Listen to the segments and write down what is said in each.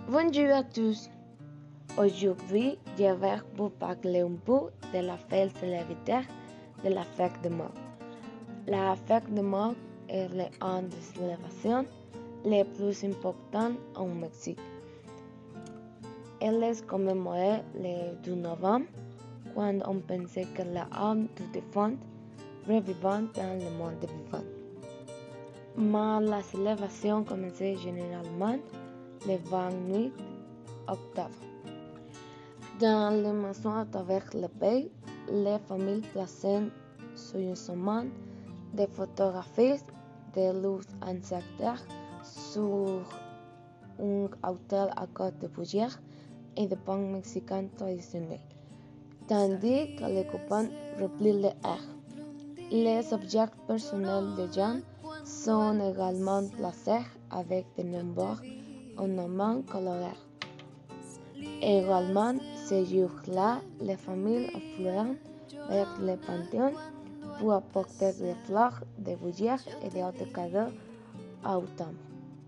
Bonjour à tous. Aujourd'hui, je vais vous parler un peu de la fête célébitaire de la fête de mort. La fête de mort est une des célébrations les plus importantes au Mexique. Elle est commémorée le 2 novembre, quand on pensait que l'âme du défunt revivant dans le monde vivant. Mais la célébration commençait généralement le 28 octobre. Dans les maisons à travers le pays, les familles plaçaient soigneusement des photographies de leurs ancêtres sur un autel à côté de bougies et de pain mexicain traditionnel, tandis que les copains remplissent les airs. Les objets personnels des gens sont également placés avec de nombreux ornements colorés. Également, ce jour-là, les familles affluent vers le panthéon pour apporter des fleurs, des bougies et d'autres cadeaux au temple.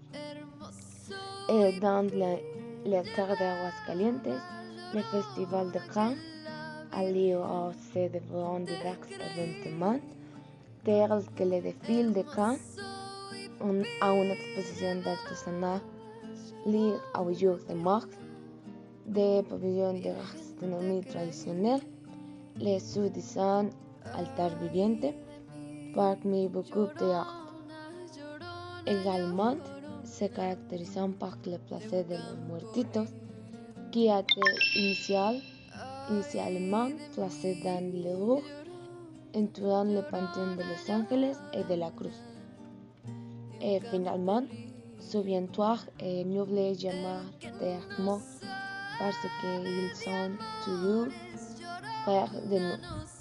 Et dans les terres d'Aguascalientes, le festival de Cannes a lieu où se déroulent divers événements, tels que le défilé de Cannes, une exposition d'artisanat liée au jour de mort, des pavillons de gastronomie traditionnelle, les soi-disant altars vivientes, parmi beaucoup d'art. Également, se caractérisant par le placé de los muertitos, qui a été initialement placé dans les rues entourant le panthéon de Los Ángeles et de la Cruz. Et finalement, souviens-toi et n'oublie jamais tes mots parce qu'ils sont toujours frères de nous.